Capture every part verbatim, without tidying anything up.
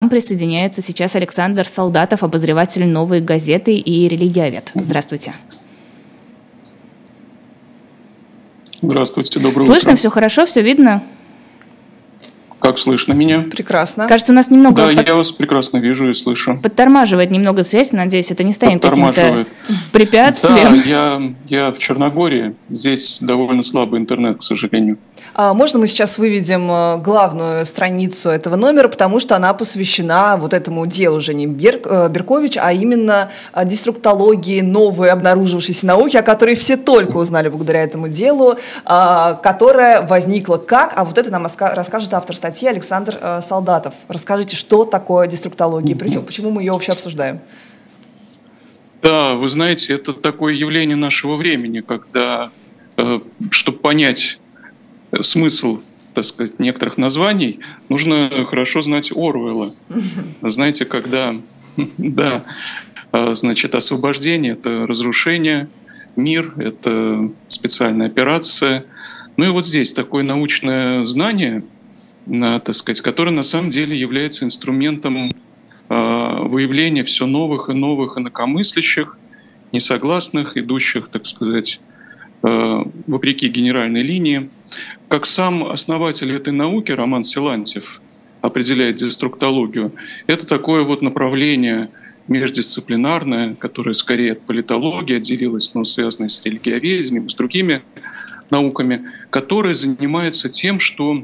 нам присоединяется сейчас Александр Солдатов, обозреватель «Новой газеты» и религиовед. Здравствуйте. Здравствуйте, доброе Слышно, утро. Слышно, все хорошо, все видно? Как слышно меня? Прекрасно. Кажется, у нас немного... Да, под... я вас прекрасно вижу и слышу. Подтормаживает немного связь, надеюсь, это не станет каким-то препятствием. Да, я, я в Черногории, здесь довольно слабый интернет, к сожалению. Можно мы сейчас выведем главную страницу этого номера, потому что она посвящена вот этому делу Жени Беркович, а именно деструктологии, новой обнаружившейся науки, о которой все только узнали благодаря этому делу, которая возникла как, а вот это нам расскажет автор статьи Александр Солдатов. Расскажите, что такое деструктология, причем, почему мы ее вообще обсуждаем? Да, вы знаете, это такое явление нашего времени, когда, чтобы понять смысл, так сказать, некоторых названий, нужно хорошо знать Оруэлла. Знаете, когда, да, значит, освобождение — это разрушение, мир — это специальная операция. Ну и вот здесь такое научное знание, так сказать, которое на самом деле является инструментом выявления все новых и новых инакомыслящих, несогласных, идущих, так сказать, вопреки генеральной линии. Как сам основатель этой науки Роман Силантьев определяет деструктологию, это такое вот направление междисциплинарное, которое скорее от политологии отделилось, но связанное с религиоведением, с другими науками, которое занимается тем, что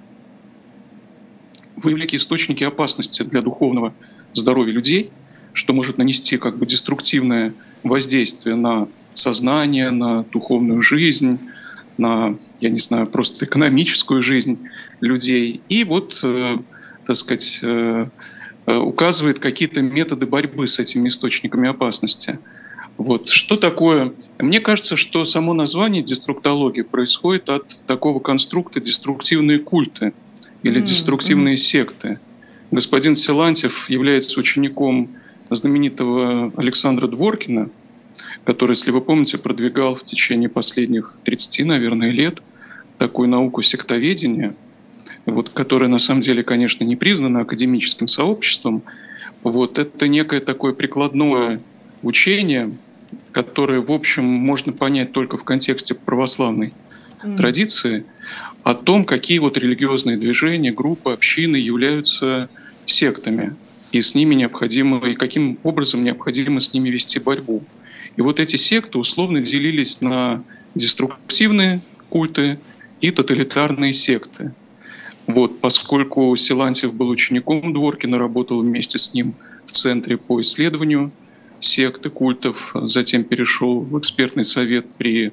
выявляет источники опасности для духовного здоровья людей, что может нанести как бы деструктивное воздействие на сознание, на духовную жизнь, на, я не знаю, просто экономическую жизнь людей. И вот, э, так сказать, э, указывает какие-то методы борьбы с этими источниками опасности. Вот. Что такое? Мне кажется, что само название деструктологии происходит от такого конструкта деструктивные культы или mm-hmm. деструктивные секты. Господин Силантьев является учеником знаменитого Александра Дворкина, который, если вы помните, продвигал в течение последних тридцати, наверное, лет такую науку сектоведения, вот, которая на самом деле, конечно, не признана академическим сообществом. Вот, это некое такое прикладное учение, которое, в общем, можно понять только в контексте православной mm. традиции, о том, какие вот религиозные движения, группы, общины являются сектами, и с ними необходимо, и каким образом необходимо с ними вести борьбу. И вот эти секты условно делились на деструктивные культы и тоталитарные секты. Вот, поскольку Силантьев был учеником Дворкина, работал вместе с ним в Центре по исследованию сект и культов, затем перешел в экспертный совет при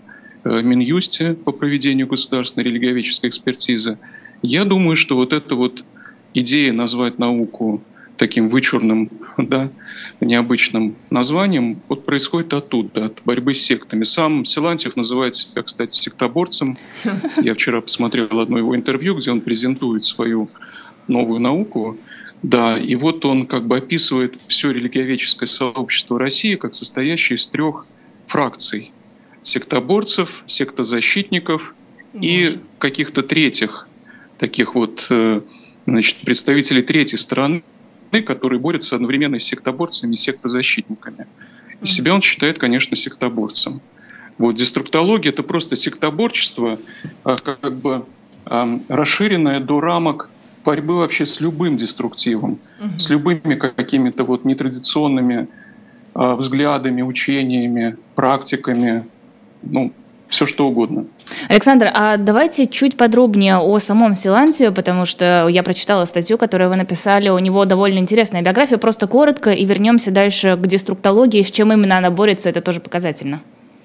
Минюсте по проведению государственной религиоведческой экспертизы. Я думаю, что вот эта вот идея назвать науку таким вычурным, да, необычным названием, вот происходит оттуда, от борьбы с сектами. Сам Силантьев называет себя, кстати, сектоборцем. Я вчера посмотрел одно его интервью, где он презентует свою новую науку. Да, и вот он как бы описывает все религиоведческое сообщество России как состоящее из трех фракций: сектоборцев, сектозащитников и каких-то третьих, таких вот, значит, представителей третьей стороны, которые борются одновременно с сектоборцами и сектозащитниками. И себя он считает, конечно, сектоборцем. Вот, деструктология — это просто сектоборчество, как бы расширенное до рамок борьбы вообще с любым деструктивом, угу. с любыми какими-то вот нетрадиционными взглядами, учениями, практиками, ну, все что угодно. Александр, а давайте чуть подробнее о самом Силантьеве, потому что я прочитала статью, которую вы написали, у него довольно интересная биография, просто коротко, и вернемся дальше к деструктологии, с чем именно она борется, это тоже показательно.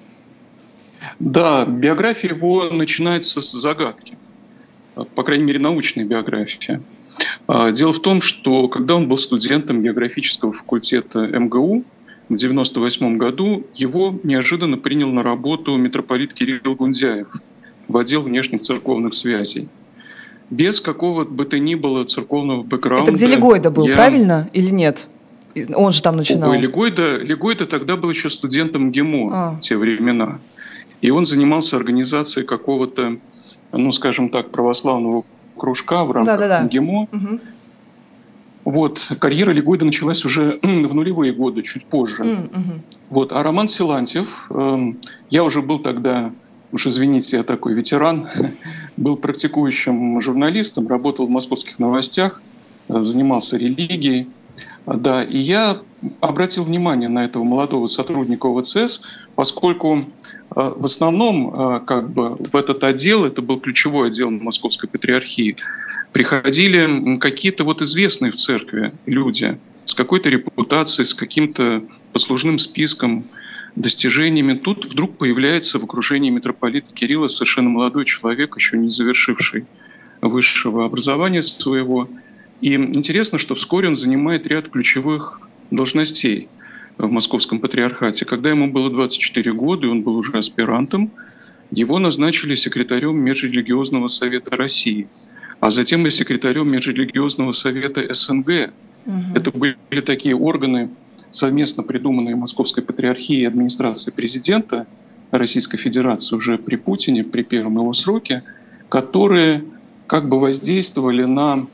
Да, биография его начинается с загадки, по крайней мере, научной биографии. Дело в том, что когда он был студентом географического факультета эм гэ у, в девяносто восьмом году его неожиданно принял на работу митрополит Кирилл Гундяев в отдел внешних церковных связей. Без какого бы то ни было церковного бэкграунда. Это где Легойда был, я... правильно или нет? Он же там начинал. Ой, Легойда, Легойда тогда был еще студентом ГИМО а. в те времена. И он занимался организацией какого-то, ну, скажем так, православного кружка в рамках Да-да-да. ГИМО. Угу. Вот, карьера Лигойда началась уже в нулевые годы, чуть позже. Mm-hmm. Вот, а Роман Силантьев, э, я уже был тогда, уж извините, я такой ветеран, был практикующим журналистом, работал в «Московских новостях», занимался религией. Да, и я обратил внимание на этого молодого сотрудника ОВЦС, поскольку э, в основном э, как бы в этот отдел, это был ключевой отдел Московской патриархии, приходили какие-то вот известные в церкви люди с какой-то репутацией, с каким-то послужным списком, достижениями. Тут вдруг появляется в окружении митрополита Кирилла совершенно молодой человек, еще не завершивший высшего образования своего. И интересно, что вскоре он занимает ряд ключевых должностей в Московском патриархате. Когда ему было двадцать четыре года, и он был уже аспирантом, его назначили секретарем Межрелигиозного совета России, а затем и секретарем Межрелигиозного совета СНГ. Угу. Это были такие органы, совместно придуманные Московской патриархией и администрацией президента Российской Федерации уже при Путине, при первом его сроке, которые как бы воздействовали на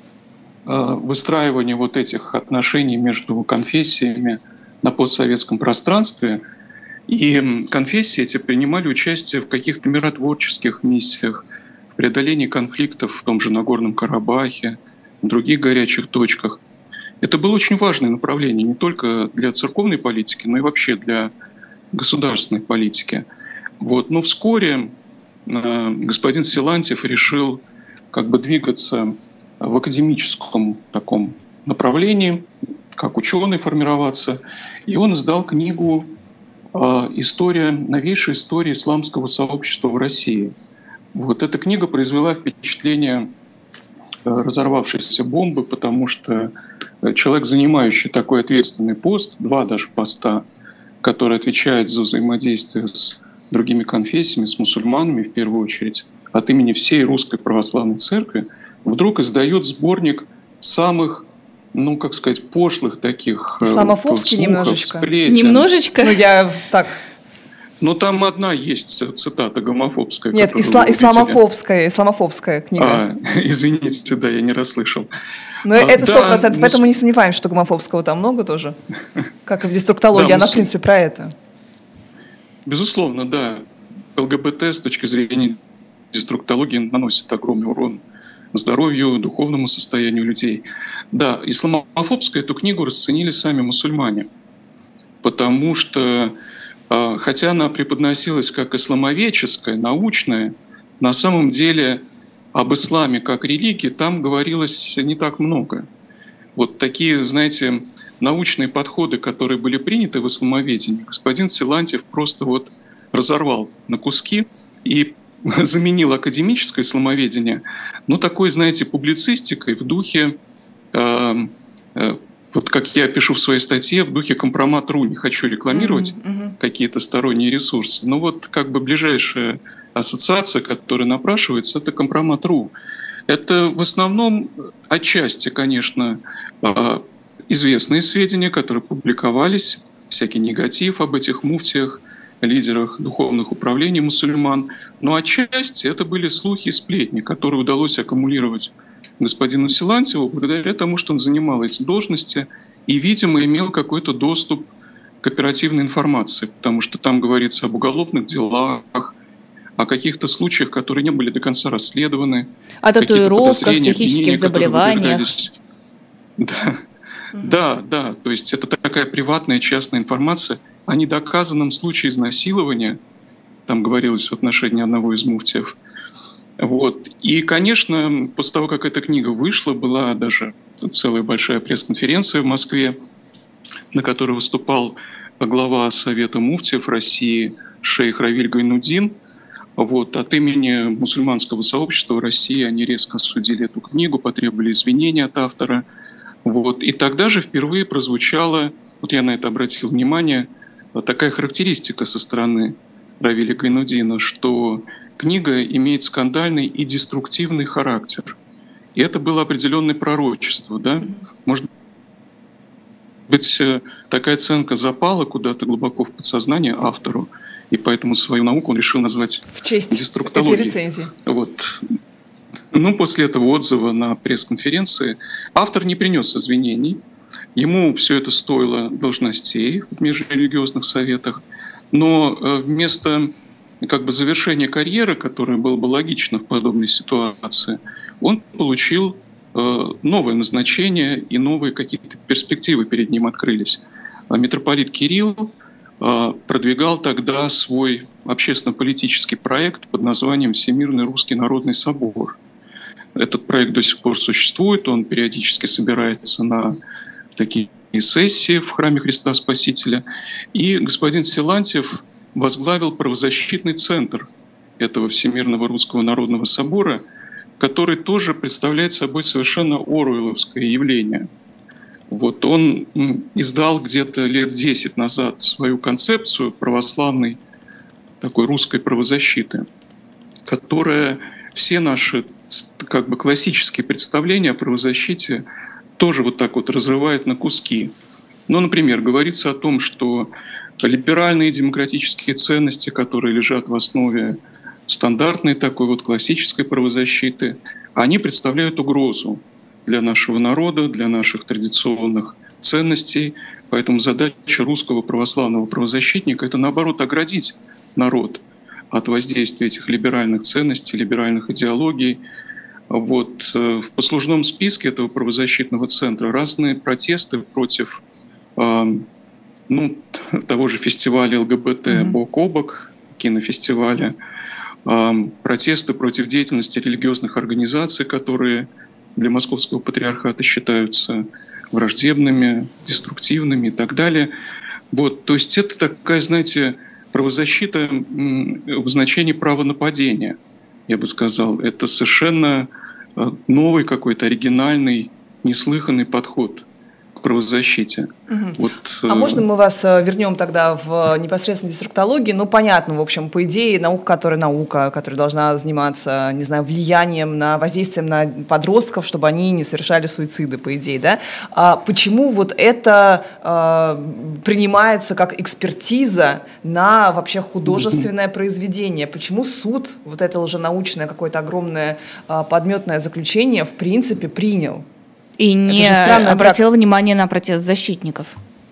выстраивание вот этих отношений между конфессиями на постсоветском пространстве. И конфессии эти принимали участие в каких-то миротворческих миссиях, в преодолении конфликтов в том же Нагорном Карабахе, в других горячих точках. Это было очень важное направление не только для церковной политики, но и вообще для государственной политики. Вот. Но вскоре э, господин Силантьев решил как бы двигаться в академическом таком направлении, как ученый формироваться. И он издал книгу «История, новейшая история исламского сообщества в России». Вот эта книга произвела впечатление разорвавшейся бомбы, потому что человек, занимающий такой ответственный пост, два даже поста, который отвечает за взаимодействие с другими конфессиями, с мусульманами в первую очередь, от имени всей Русской Православной Церкви, вдруг издает сборник самых, ну, как сказать, пошлых таких исламофобский слухов, немножечко. сплетен. Немножечко? Ну, я так... Ну, там одна есть цитата гомофобская. Нет, исла- исламофобская, исламофобская книга. А, извините, да, я не расслышал. Но а, это сто да, процентов, ну, поэтому не сомневаемся, что гомофобского там много тоже, как и в деструктологии, да, она, мы... в принципе, про это. Безусловно, да. ЛГБТ с точки зрения деструктологии наносит огромный урон здоровью, духовному состоянию людей. Да, исламофобскую эту книгу расценили сами мусульмане, потому что, хотя она преподносилась как исламоведческая, научная, на самом деле об исламе как религии там говорилось не так много. Вот такие, знаете, научные подходы, которые были приняты в исламоведении, господин Силантьев просто вот разорвал на куски и заменил академическое исламоведение, ну, такой, знаете, публицистикой в духе, э, э, вот как я пишу в своей статье, в духе компромат точка ру, не хочу рекламировать mm-hmm, mm-hmm. какие-то сторонние ресурсы, но вот как бы ближайшая ассоциация, которая напрашивается, это компромат точка ру. Это в основном отчасти, конечно, э, известные сведения, которые публиковались, всякий негатив об этих муфтиях, лидерах духовных управлений мусульман, но отчасти это были слухи и сплетни, которые удалось аккумулировать господину Силантьеву благодаря тому, что он занимал эти должности и, видимо, имел какой-то доступ к оперативной информации, потому что там говорится об уголовных делах, о каких-то случаях, которые не были до конца расследованы, о татуировках, психических заболеваниях. Да. Mm-hmm. да, да, то есть это такая приватная частная информация о недоказанном случае изнасилования, там говорилось в отношении одного из муфтиев. Вот. И, конечно, после того, как эта книга вышла, была даже целая большая пресс-конференция в Москве, на которой выступал глава Совета муфтиев России шейх Равиль Гайнуддин. Вот. От имени мусульманского сообщества в России они резко осудили эту книгу, потребовали извинения от автора. Вот. И тогда же впервые прозвучала, вот я на это обратил внимание, такая характеристика со стороны Равиля Гайнуддина, что книга имеет скандальный и деструктивный характер. И это было определенное пророчество. Да? Может быть, такая оценка запала куда-то глубоко в подсознание автору, и поэтому свою науку он решил назвать в честь деструктологией. этой рецензии. Вот. Ну, после этого отзыва на пресс-конференции автор не принес извинений. Ему все это стоило должностей в межрелигиозных советах, но вместо как бы завершения карьеры, которое было бы логично в подобной ситуации, он получил новое назначение и новые какие-то перспективы перед ним открылись. Митрополит Кирилл продвигал тогда свой общественно-политический проект под названием «Всемирный русский народный собор». Этот проект до сих пор существует, он периодически собирается на такие сессии в храме Христа Спасителя. И господин Силантьев возглавил правозащитный центр этого Всемирного русского народного собора, который тоже представляет собой совершенно оруэлловское явление. Вот он издал где-то лет десять назад свою концепцию православной такой русской правозащиты, которая все наши как бы классические представления о правозащите тоже вот так вот разрывает на куски. Ну, например, говорится о том, что либеральные демократические ценности, которые лежат в основе стандартной такой вот классической правозащиты, они представляют угрозу для нашего народа, для наших традиционных ценностей. Поэтому задача русского православного правозащитника — это, наоборот, оградить народ от воздействия этих либеральных ценностей, либеральных идеологий. Вот. В послужном списке этого правозащитного центра разные протесты против э, ну, того же фестиваля ЛГБТ mm-hmm. «Бок о бок», кинофестиваля, э, протесты против деятельности религиозных организаций, которые для Московского патриархата считаются враждебными, деструктивными и так далее. Вот. То есть это такая, знаете, правозащита в значении права нападения, я бы сказал. Это совершенно новый какой-то оригинальный, неслыханный подход к правозащите. Угу. Вот, а э... можно мы вас вернем тогда в непосредственно деструктологии? Ну, понятно, в общем, по идее, наука, которая наука, которая должна заниматься, не знаю, влиянием, на воздействием на подростков, чтобы они не совершали суициды, по идее, да? А почему вот это а, принимается как экспертиза на вообще художественное произведение? Почему суд вот это лженаучное какое-то огромное а, подметное заключение в принципе принял? И не обратил внимание на протест защитников.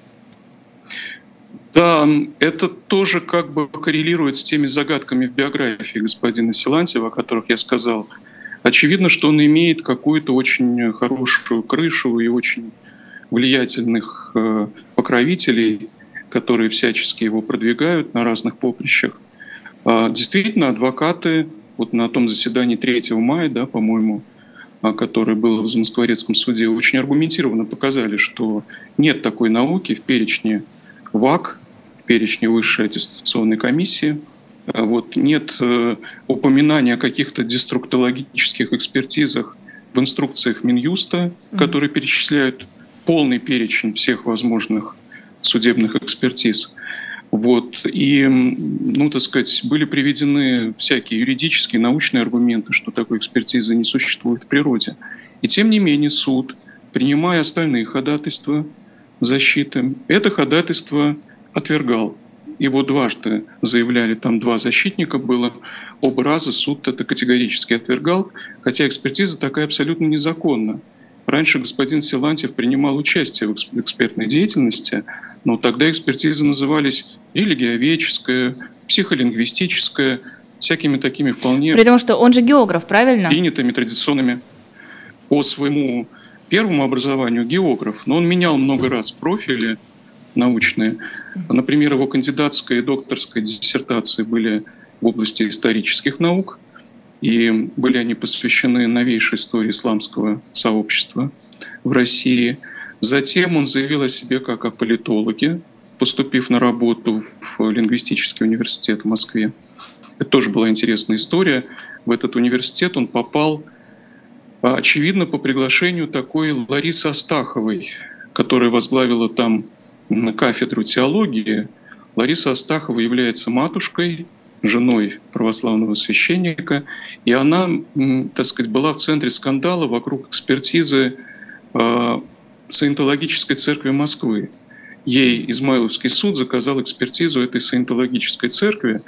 Да, это тоже как бы коррелирует с теми загадками в биографии господина Силантьева, о которых я сказал. Очевидно, что он имеет какую-то очень хорошую крышу и очень влиятельных э, покровителей, которые всячески его продвигают на разных поприщах. А, действительно, адвокаты вот на том заседании третьего мая, да, по-моему, которое было в Замоскворецком суде, очень аргументированно показали, что нет такой науки в перечне ВАК, в перечне Высшей аттестационной комиссии. Вот, нет э, упоминания о каких-то деструктологических экспертизах в инструкциях Минюста, mm-hmm. которые перечисляют полный перечень всех возможных судебных экспертиз. Вот. И, ну, так сказать, были приведены всякие юридические, научные аргументы, что такой экспертизы не существует в природе. И тем не менее суд, принимая остальные ходатайства защиты, это ходатайство отвергал. Его дважды заявляли, там два защитника было, оба раза суд это категорически отвергал, хотя экспертиза такая абсолютно незаконна. Раньше господин Силантьев принимал участие в экспертной деятельности, но тогда экспертизы назывались религиоведческая, психолингвистическая, всякими такими вполне... При том, что он же географ, правильно? Принятыми традиционными по своему первому образованию географ, но он менял много раз профили научные. Например, его кандидатская и докторская диссертации были в области исторических наук, и были они посвящены новейшей истории исламского сообщества в России. Затем он заявил о себе как о политологе, поступив на работу в лингвистический университет в Москве. Это тоже была интересная история. В этот университет он попал, очевидно, по приглашению такой Ларисы Астаховой, которая возглавила там кафедру теологии. Лариса Астахова является матушкой, женой православного священника, и она, так сказать, была в центре скандала вокруг экспертизы э, Саентологической церкви Москвы. Ей Измайловский суд заказал экспертизу этой Саентологической церкви,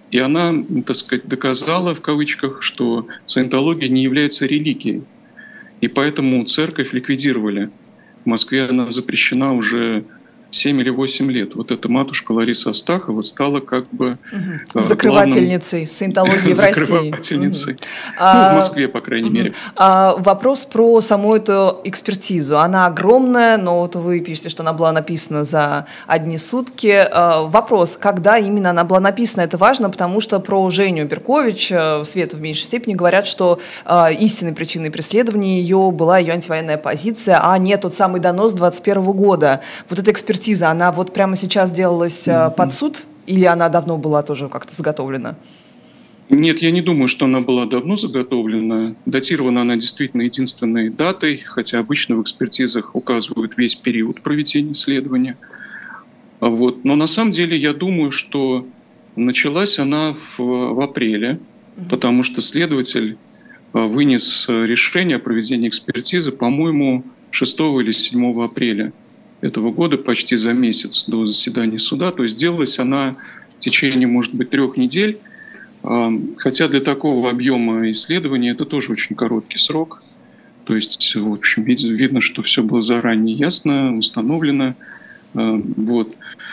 И она, так сказать, доказала, в кавычках, что саентология не является религией. И поэтому церковь ликвидировали. В Москве она запрещена уже семь или восемь лет. Вот эта матушка Лариса Астахова стала как бы угу. закрывательницей саентологии в России. Закрывательницей. Угу. Ну, в Москве, по крайней угу. мере. А, вопрос про саму эту экспертизу. Она огромная, но вот вы пишете, что она была написана за одни сутки. А, вопрос, когда именно она была написана, это важно, потому что про Женю Беркович, Свету в меньшей степени, говорят, что а, истинной причиной преследования ее была ее антивоенная позиция, а не тот самый донос двадцать первого года. Вот эта экспертиза, она вот прямо сейчас делалась mm-hmm. под суд, или она давно была тоже как-то заготовлена? Нет, я не думаю, что она была давно заготовлена. Датирована она действительно единственной датой, хотя обычно в экспертизах указывают весь период проведения исследования. Вот. Но на самом деле я думаю, что началась она в, в апреле, mm-hmm. потому что следователь вынес решение о проведении экспертизы, по-моему, шестого или седьмого апреля этого года, почти за месяц до заседания суда. То есть делалась она в течение, может быть, трех недель. Хотя для такого объема исследования это тоже очень короткий срок. То есть, в общем, видно, что все было заранее ясно, установлено. Вот.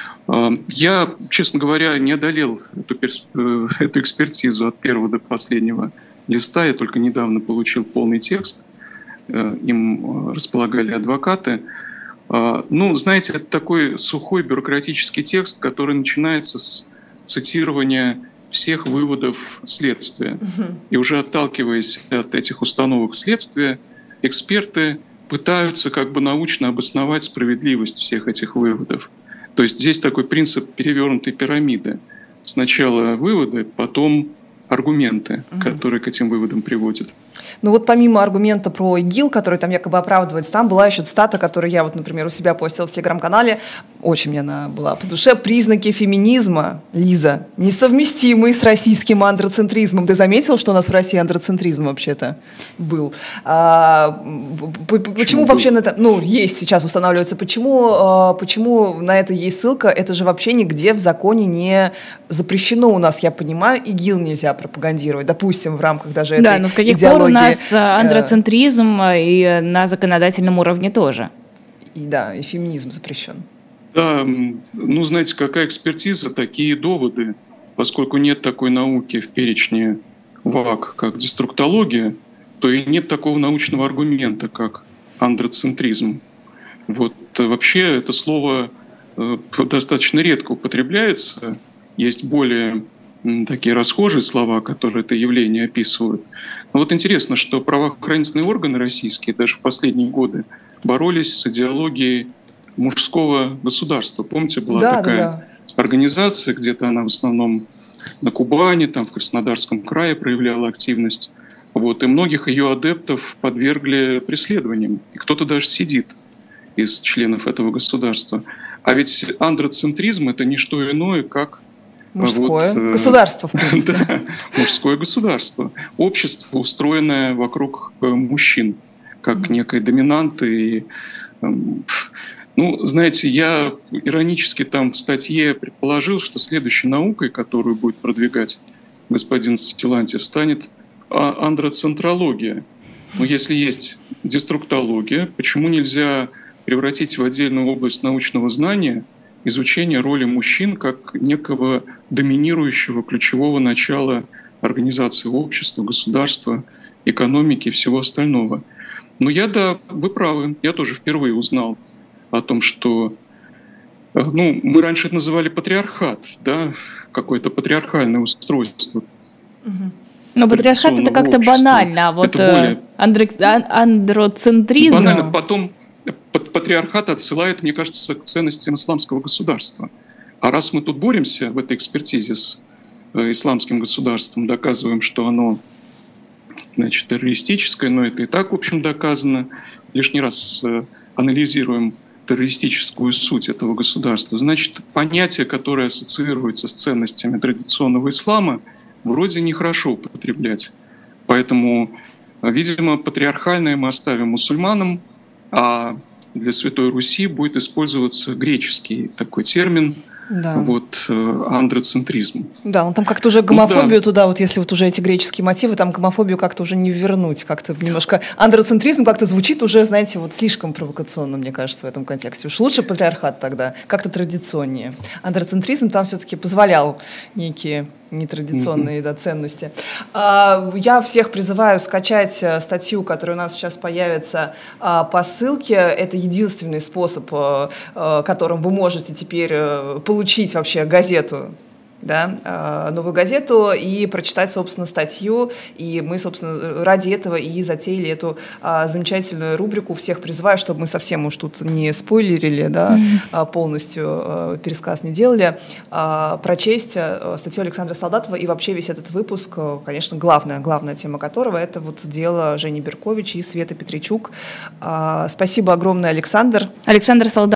Я, честно говоря, не одолел эту, перс... эту экспертизу от первого до последнего листа. Я только недавно получил полный текст. Им располагали адвокаты. Ну, знаете, это такой сухой бюрократический текст, который начинается с цитирования всех выводов следствия. Uh-huh. И уже отталкиваясь от этих установок следствия, эксперты пытаются как бы научно обосновать справедливость всех этих выводов. То есть здесь такой принцип перевернутой пирамиды. Сначала выводы, потом аргументы, uh-huh. которые к этим выводам приводят. Ну вот помимо аргумента про ИГИЛ, который там якобы оправдывается, там была еще цитата, которую я вот, например, у себя постила в Телеграм-канале. Очень мне она была по душе. «Признаки феминизма, Лиза, несовместимые с российским андроцентризмом». Ты заметил, что у нас в России андроцентризм вообще-то был? А, почему, почему вообще на это... Ну, есть сейчас устанавливается. Почему, а, почему на это есть ссылка? Это же вообще нигде в законе не запрещено у нас, я понимаю. ИГИЛ нельзя пропагандировать, допустим, в рамках даже этой идеологии. Да, но с каких пор у нас андроцентризм и на законодательном уровне тоже? И да, и феминизм запрещен. Да, ну, знаете, какая экспертиза, такие доводы. Поскольку нет такой науки в перечне ВАК, как деструктология, то и нет такого научного аргумента, как андроцентризм. Вот вообще это слово достаточно редко употребляется. Есть более такие расхожие слова, которые это явление описывают. Но вот интересно, что правоохранительные органы российские даже в последние годы боролись с идеологией мужского государства. Помните, была да, такая да, да. организация, где-то она в основном на Кубани, там в Краснодарском крае проявляла активность. Вот, и многих ее адептов подвергли преследованиям. И кто-то даже сидит из членов этого государства. А ведь андроцентризм — это не что иное, как мужское вот, государство, в принципе. Да, мужское государство. Общество, устроенное вокруг мужчин, как mm-hmm. некой доминанты. И, ну, знаете, я иронически там в статье предположил, что следующей наукой, которую будет продвигать господин Силантьев, станет андроцентрология. Но если есть деструктология, почему нельзя превратить в отдельную область научного знания изучение роли мужчин как некого доминирующего ключевого начала организации общества, государства, экономики и всего остального? Но я, да, вы правы, я тоже впервые узнал о том, что, ну, мы раньше это называли патриархат, да, какое-то патриархальное устройство. Но патриархат — это как-то общества. Банально, а вот более... андро... андроцентризм... Банально, потом патриархат отсылает, мне кажется, к ценностям исламского государства. А раз мы тут боремся в этой экспертизе с исламским государством, доказываем, что оно, значит, террористическое, но это и так, в общем, доказано, лишний раз анализируем террористическую суть этого государства, значит, понятие, которое ассоциируется с ценностями традиционного ислама, вроде нехорошо употреблять. Поэтому, видимо, патриархальное мы оставим мусульманам, а для Святой Руси будет использоваться греческий такой термин Да. Вот, андроцентризм. Да, он там как-то уже гомофобию ну, да. туда, вот если вот уже эти греческие мотивы, там гомофобию как-то уже не вернуть, как-то немножко андроцентризм как-то звучит уже, знаете, вот слишком провокационно, мне кажется, в этом контексте. Уж лучше патриархат тогда, как-то традиционнее. Андроцентризм там все-таки позволял некие нетрадиционные mm-hmm. да, ценности. Я всех призываю скачать статью, которая у нас сейчас появится по ссылке. Это единственный способ, которым вы можете теперь получить вообще газету, да, новую газету и прочитать, собственно, статью. И мы, собственно, ради этого и затеяли эту а, замечательную рубрику. Всех призываю, чтобы мы совсем уж тут не спойлерили, да, mm-hmm. полностью а, пересказ не делали, а, прочесть а, статью Александра Солдатова и вообще весь этот выпуск, конечно, главная, главная тема которого — это вот дело Жени Беркович и Светы Петричук. А, спасибо огромное, Александр. Александр Солдатов.